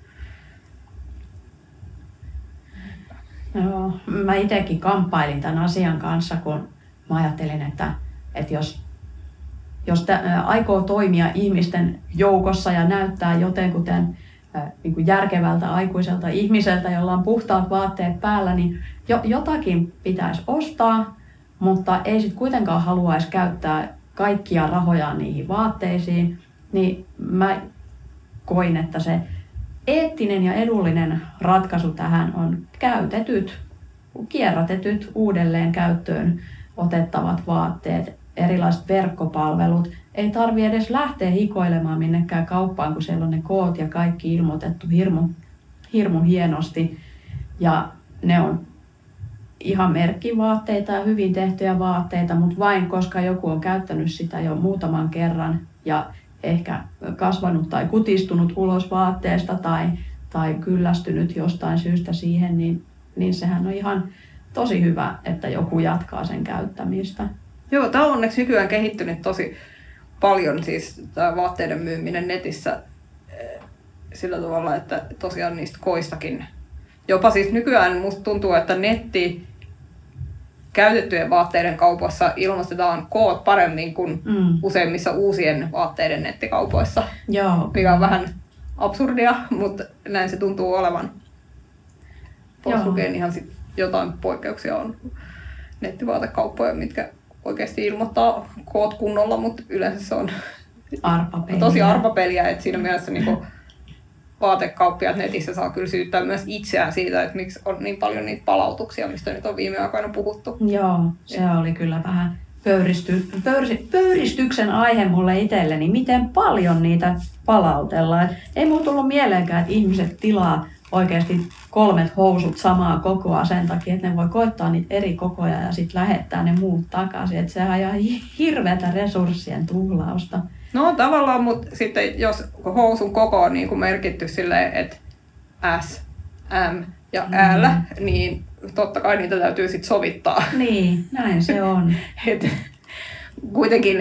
[SPEAKER 1] Joo, mä itsekin kamppailin tämän asian kanssa, kun mä ajattelin, että, että jos, jos tä, ä, aikoo toimia ihmisten joukossa ja näyttää jotenkuten ä, niin kuin järkevältä aikuiselta ihmiseltä, jolla on puhtaat vaatteet päällä, niin jo, jotakin pitäisi ostaa, mutta ei sit kuitenkaan haluaisi käyttää kaikkia rahojaan niihin vaatteisiin, niin mä koin, että se eettinen ja edullinen ratkaisu tähän on käytetyt, kierrätetyt, uudelleen käyttöön otettavat vaatteet, erilaiset verkkopalvelut. Ei tarvitse edes lähteä hikoilemaan minnekään kauppaan, kun siellä on ne koot ja kaikki ilmoitettu hirmu, hirmu hienosti. Ja ne on ihan merkkivaatteita ja hyvin tehtyjä vaatteita, mutta vain koska joku on käyttänyt sitä jo muutaman kerran ja ehkä kasvanut tai kutistunut ulos vaatteesta tai, tai kyllästynyt jostain syystä siihen, niin, niin sehän on ihan tosi hyvä, että joku jatkaa sen käyttämistä.
[SPEAKER 2] Joo, tämä on onneksi nykyään kehittynyt tosi paljon, siis tämä vaatteiden myyminen netissä sillä tavalla, että tosiaan niistä koistakin. Jopa siis nykyään musta tuntuu, että netti käytettyjen vaatteiden kaupassa ilmoitetaan koot paremmin kuin mm. useimmissa uusien vaatteiden nettikaupoissa.
[SPEAKER 1] Joo.
[SPEAKER 2] Mikä on vähän absurdia, mutta näin se tuntuu olevan. Pois lukien ihan sit jotain poikkeuksia on nettivaatekauppoja, mitkä oikeasti ilmoittaa koot kunnolla, mutta yleensä se on
[SPEAKER 1] arpapeliä.
[SPEAKER 2] tosi arpapeliä, että siinä mielessä niinku vaatekauppiaat netissä saa kyllä syyttää myös itseään siitä, että miksi on niin paljon niitä palautuksia, mistä nyt on viime aikoina puhuttu.
[SPEAKER 1] Joo, se oli kyllä vähän pöyristy, pöyris, pöyristyksen aihe mulle itselleni, miten paljon niitä palautellaan. Et ei mulla tullut mieleenkään, että ihmiset tilaa oikeasti kolmet housut samaa kokoa sen takia, että ne voi koittaa niitä eri kokoja ja sitten lähettää ne muut takaisin. Että sehän on ihan hirveätä resurssien tuhlausta.
[SPEAKER 2] No tavallaan, mutta sitten jos housun koko on niin kuin merkitty silleen, että S, M ja L, mm. niin totta kai niitä täytyy sitten sovittaa.
[SPEAKER 1] Niin, näin se on.
[SPEAKER 2] Et, kuitenkin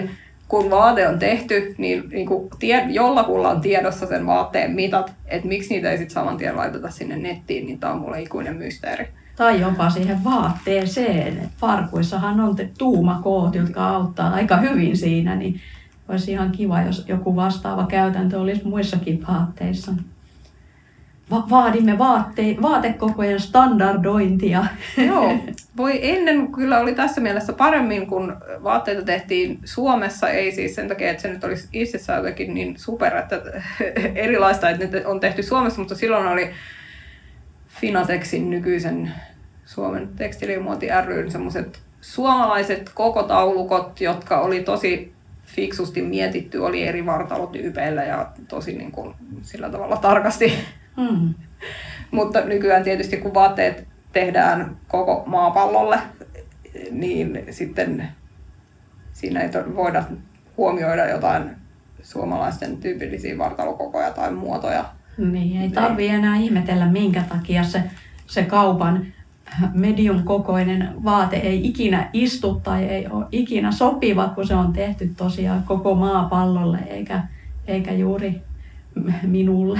[SPEAKER 2] kun vaate on tehty, niin, niin kuin tie, jollakulla on tiedossa sen vaatteen mitat, että miksi niitä ei sitten saman tien laiteta sinne nettiin, niin tämä on mulle ikuinen mysteeri.
[SPEAKER 1] Tai jopa siihen vaatteeseen. Et farkuissahan on te tuumakoot, jotka auttaa aika hyvin siinä, niin olisi ihan kiva, jos joku vastaava käytäntö olisi muissakin vaatteissa. Va- vaadimme vaatte- vaatekokojen standardointia.
[SPEAKER 2] Joo, voi ennen kyllä oli tässä mielessä paremmin, kun vaatteita tehtiin Suomessa, ei siis sen takia, että se nyt olisi itsessään jotenkin niin super, että erilaista, että nyt on tehty Suomessa, mutta silloin oli Finatexin nykyisen Suomen tekstiilimuoti ry:n semmoiset suomalaiset koko taulukot, jotka oli tosi fiksusti mietitty, oli eri vartalotyypeillä ja tosi niin kuin sillä tavalla tarkasti.
[SPEAKER 1] Mm.
[SPEAKER 2] Mutta nykyään tietysti kun vaatteet tehdään koko maapallolle, niin sitten siinä ei voida huomioida jotain suomalaisten tyypillisiä vartalokokoja tai muotoja.
[SPEAKER 1] Niin, ei tarvitse enää ihmetellä, minkä takia se, se kaupan medium-kokoinen vaate ei ikinä istu tai ei ole ikinä sopiva, kun se on tehty tosiaan koko maapallolle eikä, eikä juuri minulle.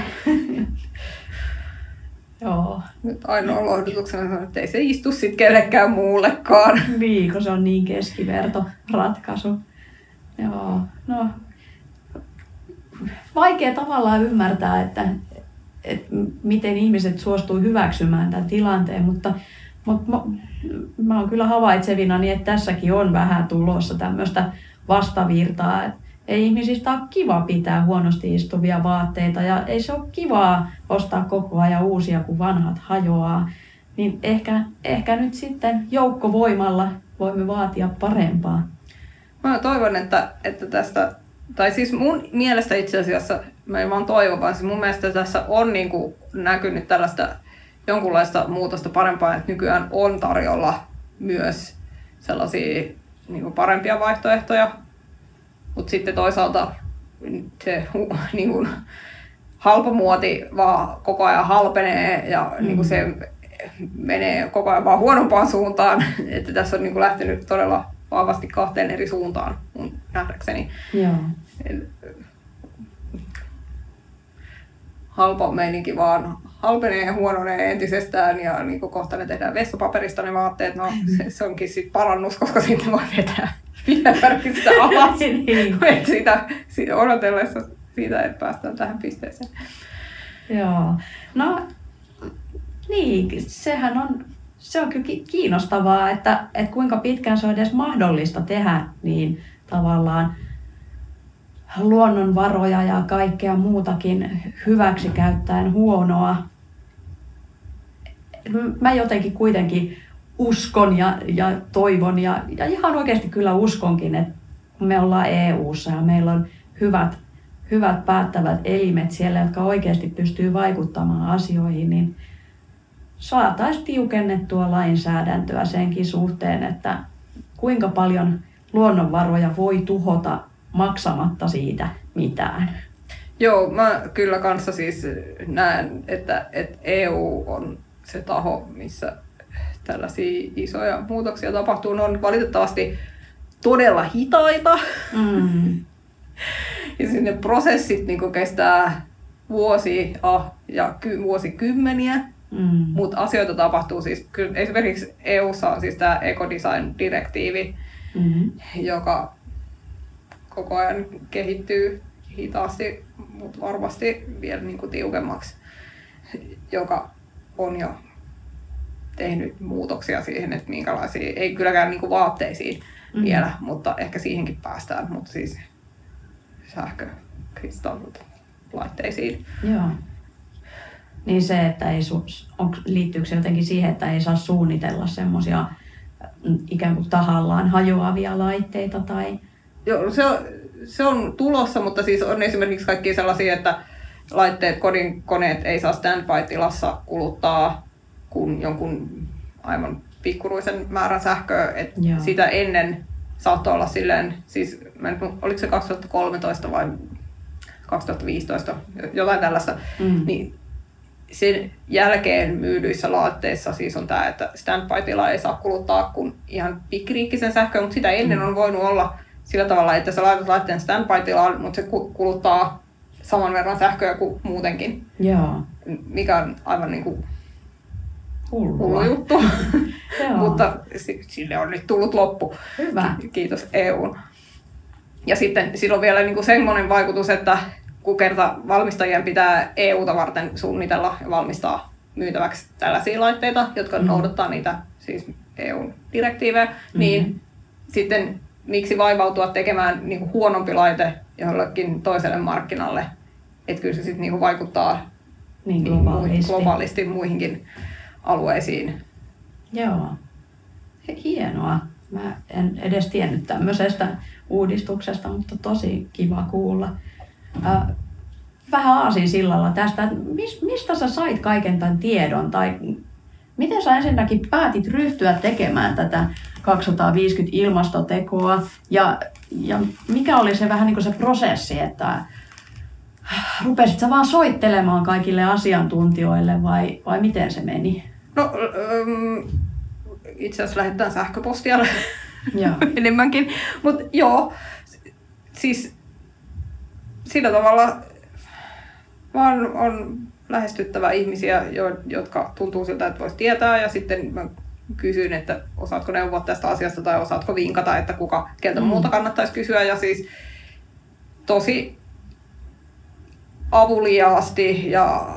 [SPEAKER 1] Joo.
[SPEAKER 2] Nyt ainoa lohdutuksena on, että ei se istu sitten kenellekään muullekaan.
[SPEAKER 1] Niin, kun se on niin keskiverto ratkaisu. Joo, no vaikea tavallaan ymmärtää, että, että miten ihmiset suostuu hyväksymään tämän tilanteen, mutta, mutta mä, mä oon kyllä havaitsevina, niin että tässäkin on vähän tulossa tämmöistä vastavirtaa. Että ei ihmisistä ole kiva pitää huonosti istuvia vaatteita ja ei se ole kivaa ostaa koko ajan uusia, kun vanhat hajoaa. Niin ehkä, ehkä nyt sitten joukkovoimalla voimme vaatia parempaa.
[SPEAKER 2] Mä toivon, että, että tästä, tai siis mun mielestä itse asiassa, mä en vaan toivo, vaan siis mun mielestä tässä on niin kuin näkynyt tällaista jonkunlaista muutosta parempaa, että nykyään on tarjolla myös sellaisia niin kuin parempia vaihtoehtoja. Mutta sitten toisaalta se niin kuin, halpa muoti vaan koko ajan halpenee ja mm. niin kuin se menee koko ajan vaan huonompaan suuntaan. Että tässä on niin kuin, lähtenyt todella vahvasti kahteen eri suuntaan mun nähdäkseni.
[SPEAKER 1] Joo.
[SPEAKER 2] Halpa meininki vaan halpenee ja huononee entisestään ja niin kuin kohta ne tehdään vessapaperista ne vaatteet. No se, se onkin sitten parannus, koska sitten voi vetää vielä sitä alas.
[SPEAKER 1] Niin.
[SPEAKER 2] sitä, sitä odotellessa siitä, että päästään tähän pisteeseen.
[SPEAKER 1] Joo. No niin, sehän on, se on kyllä kiinnostavaa, että, että kuinka pitkään se on edes mahdollista tehdä niin tavallaan luonnonvaroja ja kaikkea muutakin hyväksi käyttäen huonoa. Mä jotenkin kuitenkin uskon ja, ja toivon ja, ja ihan oikeasti kyllä uskonkin, että kun me ollaan E U:ssa ja meillä on hyvät, hyvät päättävät elimet siellä, jotka oikeasti pystyy vaikuttamaan asioihin, niin saataisiin tiukennettua lainsäädäntöä senkin suhteen, että kuinka paljon luonnonvaroja voi tuhota maksamatta siitä mitään.
[SPEAKER 2] Joo, mä kyllä kanssa siis näen, että, että E U on se taho, missä tällaisia isoja muutoksia tapahtuu. Ne on valitettavasti todella hitaita. Mm. Ja sinne prosessit niin kestää vuosia ja ky- vuosikymmeniä. Mm. Mutta asioita tapahtuu siis, kyllä esimerkiksi E U:ssa on siis tämä ekodesign-direktiivi, mm-hmm. joka koko ajan kehittyy hitaasti, mutta varmasti vielä niin kuin tiukemmaksi, joka on jo tehnyt muutoksia siihen, että minkälaisia, ei kylläkään niin kuin vaatteisiin mm-hmm. vielä, mutta ehkä siihenkin päästään, mutta siis sähkökristallit laitteisiin.
[SPEAKER 1] Joo. Niin se, että ei su- on, liittyykö se jotenkin siihen, että ei saa suunnitella semmoisia ikään kuin tahallaan hajoavia laitteita tai...
[SPEAKER 2] Joo, se on, se on tulossa, mutta siis on esimerkiksi kaikkia sellaisia, että laitteet, kodin koneet ei saa standby-tilassa kuluttaa kuin jonkun aivan pikkuruisen määrän sähköä. Et sitä ennen saattoi olla silleen, siis mä en, oliko se kaksituhattakolmetoista vai kaksituhattaviisitoista, jotain tällaista, mm. niin sen jälkeen myydyissä laitteissa siis on tämä, että standby-tila ei saa kuluttaa kuin ihan pikkiriikkisen sähköä, mutta sitä ennen on voinut olla sillä tavalla, että sä laitat laitteen standby-tilaan, mutta se kuluttaa saman verran sähköä kuin muutenkin.
[SPEAKER 1] Joo.
[SPEAKER 2] Mikä on aivan niin kuin
[SPEAKER 1] Hullua.
[SPEAKER 2] hullu juttu, mutta sille on nyt tullut loppu.
[SPEAKER 1] Hyvä.
[SPEAKER 2] Kiitos E U:n. Ja sitten sillä on vielä niin kuin semmoinen vaikutus, että kun kerta valmistajien pitää E U:ta varten suunnitella ja valmistaa myytäväksi tällaisia laitteita, jotka mm-hmm. noudattaa niitä siis E U:n direktiivejä, mm-hmm. niin sitten miksi vaivautua tekemään niin kuin huonompi laite jollekin toiselle markkinalle, että kyllä se sitten niin kuin vaikuttaa
[SPEAKER 1] niin globaalisti.
[SPEAKER 2] globaalisti muihinkin alueisiin.
[SPEAKER 1] Joo. Hienoa. Mä en edes tiennyt tämmöisestä uudistuksesta, mutta tosi kiva kuulla. Äh, vähän aasinsillalla tästä, että mistä sä sait kaiken tämän tiedon? Tai miten sä ensinnäkin päätit ryhtyä tekemään tätä kaksisataaviisikymmentä ilmastotekoa? Ja, ja mikä oli se vähän niin kuin se prosessi, että rupesit sä vaan soittelemaan kaikille asiantuntijoille vai, vai miten se meni?
[SPEAKER 2] No, ähm, itse asiassa lähetetään sähköpostia
[SPEAKER 1] joo.
[SPEAKER 2] enemmänkin, mutta joo, siis sillä tavalla vaan on lähestyttävä ihmisiä, jotka tuntuu siltä, että voisi tietää, ja sitten mä kysyin, että osaatko neuvoa tästä asiasta tai osaatko vinkata, että kuka, keltä mm. muuta kannattaisi kysyä, ja siis tosi avuliaasti ja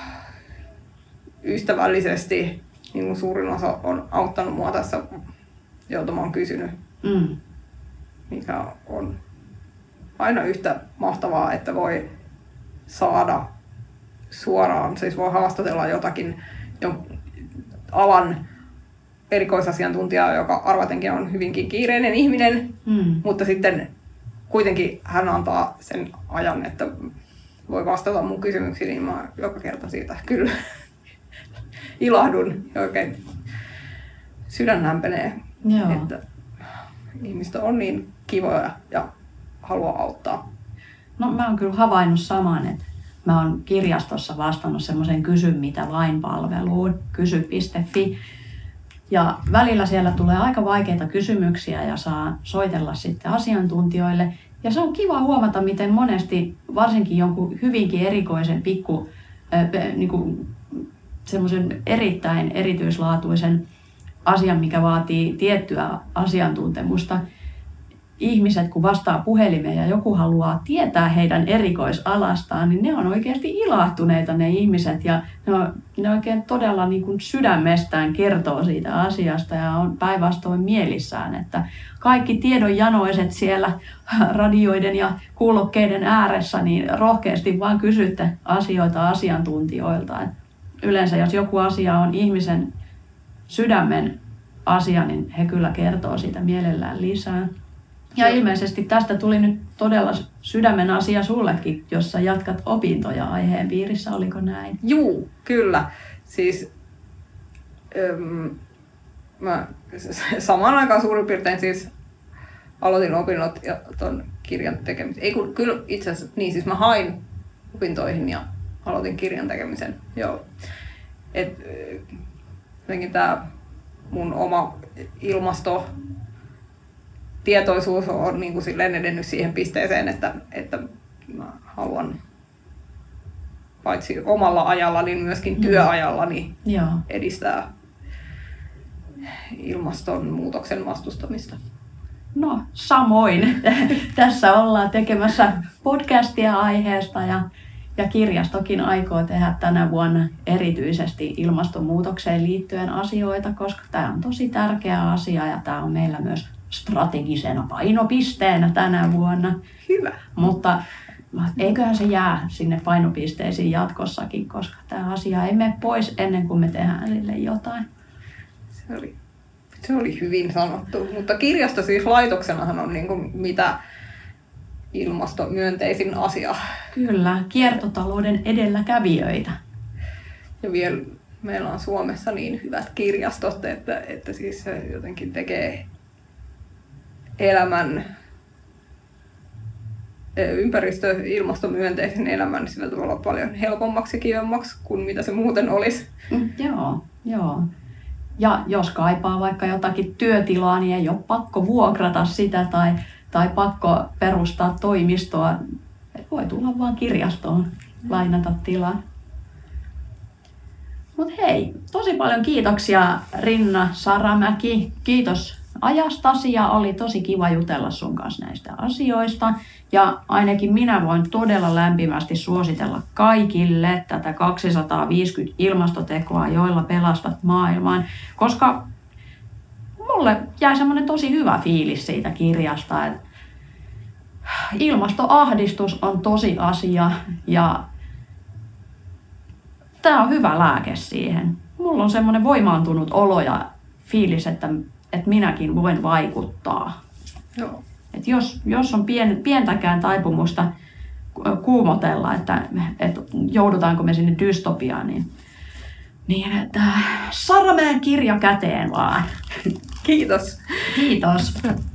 [SPEAKER 2] ystävällisesti niin kuin suurin osa on auttanut mua tässä, jolta mä oon kysynyt, mm. mikä on aina yhtä mahtavaa, että voi saada suoraan, siis voi haastatella jotakin alan erikoisasiantuntijaa, joka arvatenkin on hyvinkin kiireinen ihminen, mm. mutta sitten kuitenkin hän antaa sen ajan, että voi vastata mun kysymyksiin, niin mä joka kerta siitä kyllä ilahdun ja oikein sydän lämpenee,
[SPEAKER 1] Joo.
[SPEAKER 2] että ihmiset on niin kivoja ja haluaa auttaa.
[SPEAKER 1] No mä oon kyllä havainnut saman, että mä oon kirjastossa vastannut semmoisen kysy mitä vain palveluun, kysy piste fi. Ja välillä siellä tulee aika vaikeita kysymyksiä ja saa soitella sitten asiantuntijoille. Ja se on kiva huomata, miten monesti varsinkin jonkun hyvinkin erikoisen pikku, äh, niin kuin semmoisen erittäin erityislaatuisen asian, mikä vaatii tiettyä asiantuntemusta. Ihmiset, kun vastaa puhelimeen ja joku haluaa tietää heidän erikoisalastaan, niin ne on oikeasti ilahtuneita ne ihmiset ja ne, on, ne oikein todella niin kuin sydämestään kertoo siitä asiasta ja on päinvastoin mielissään, että kaikki tiedonjanoiset siellä radioiden ja kuulokkeiden ääressä, niin rohkeasti vaan kysytte asioita asiantuntijoilta. Et yleensä jos joku asia on ihmisen sydämen asia, niin he kyllä kertoo siitä mielellään lisää. Ja ilmeisesti tästä tuli nyt todella sydämen asia sullekin, jos sä jatkat opintoja aiheen piirissä, oliko näin?
[SPEAKER 2] Juu, kyllä. Siis äm, mä samaan aikaan suurin piirtein siis aloitin opinnot ja ton kirjan tekemisen. Ei kun, kyllä itse asiassa, niin siis mä hain opintoihin ja aloitin kirjan tekemisen. Joo. Et jotenkin tää mun oma ilmasto tietoisuus on niin kuin silleen edennyt siihen pisteeseen, että, että mä haluan paitsi omalla ajallani, niin myöskin työajallani
[SPEAKER 1] Joo.
[SPEAKER 2] edistää ilmastonmuutoksen vastustamista.
[SPEAKER 1] No samoin. Tässä ollaan tekemässä podcastia aiheesta ja, ja kirjastokin aikoo tehdä tänä vuonna erityisesti ilmastonmuutokseen liittyen asioita, koska tämä on tosi tärkeä asia ja tämä on meillä myös strategisena painopisteenä tänä vuonna.
[SPEAKER 2] Hyvä.
[SPEAKER 1] Mutta eiköhän se jää sinne painopisteisiin jatkossakin, koska tämä asia ei mene pois ennen kuin me tehdään sille jotain.
[SPEAKER 2] Se oli, se oli hyvin sanottu, mutta kirjasto siis laitoksenahan on niin kuin mitä ilmastomyönteisin asia.
[SPEAKER 1] Kyllä, kiertotalouden edelläkävijöitä.
[SPEAKER 2] Ja vielä meillä on Suomessa niin hyvät kirjastot, että, että siis se jotenkin tekee elämän, ympäristö- ja ilmastomyönteisen elämän sillä tavalla paljon helpommaksi ja kivemmaksi kuin mitä se muuten olisi.
[SPEAKER 1] Mm, joo, joo. Ja jos kaipaa vaikka jotakin työtilaa, niin ei ole pakko vuokrata sitä tai, tai pakko perustaa toimistoa. Voi tulla vaan kirjastoon, lainata tilaa. Mut hei, tosi paljon kiitoksia Rinna Saramäki. Kiitos ajastasi ja oli tosi kiva jutella sun kanssa näistä asioista. Ja ainakin minä voin todella lämpimästi suositella kaikille tätä kaksisataaviisikymmentä ilmastotekoa, joilla pelastat maailman. Koska mulle jäi semmoinen tosi hyvä fiilis siitä kirjasta, että ilmastoahdistus on tosi asia ja tämä on hyvä lääke siihen. Mulla on semmoinen voimaantunut olo ja fiilis, että, että minäkin voin vaikuttaa.
[SPEAKER 2] Joo.
[SPEAKER 1] Et jos, jos on pien, pientäkään taipumusta kuumotella, että, että joudutaanko me sinne dystopiaan, niin, niin että Saramäen kirja käteen vaan.
[SPEAKER 2] Kiitos.
[SPEAKER 1] Kiitos.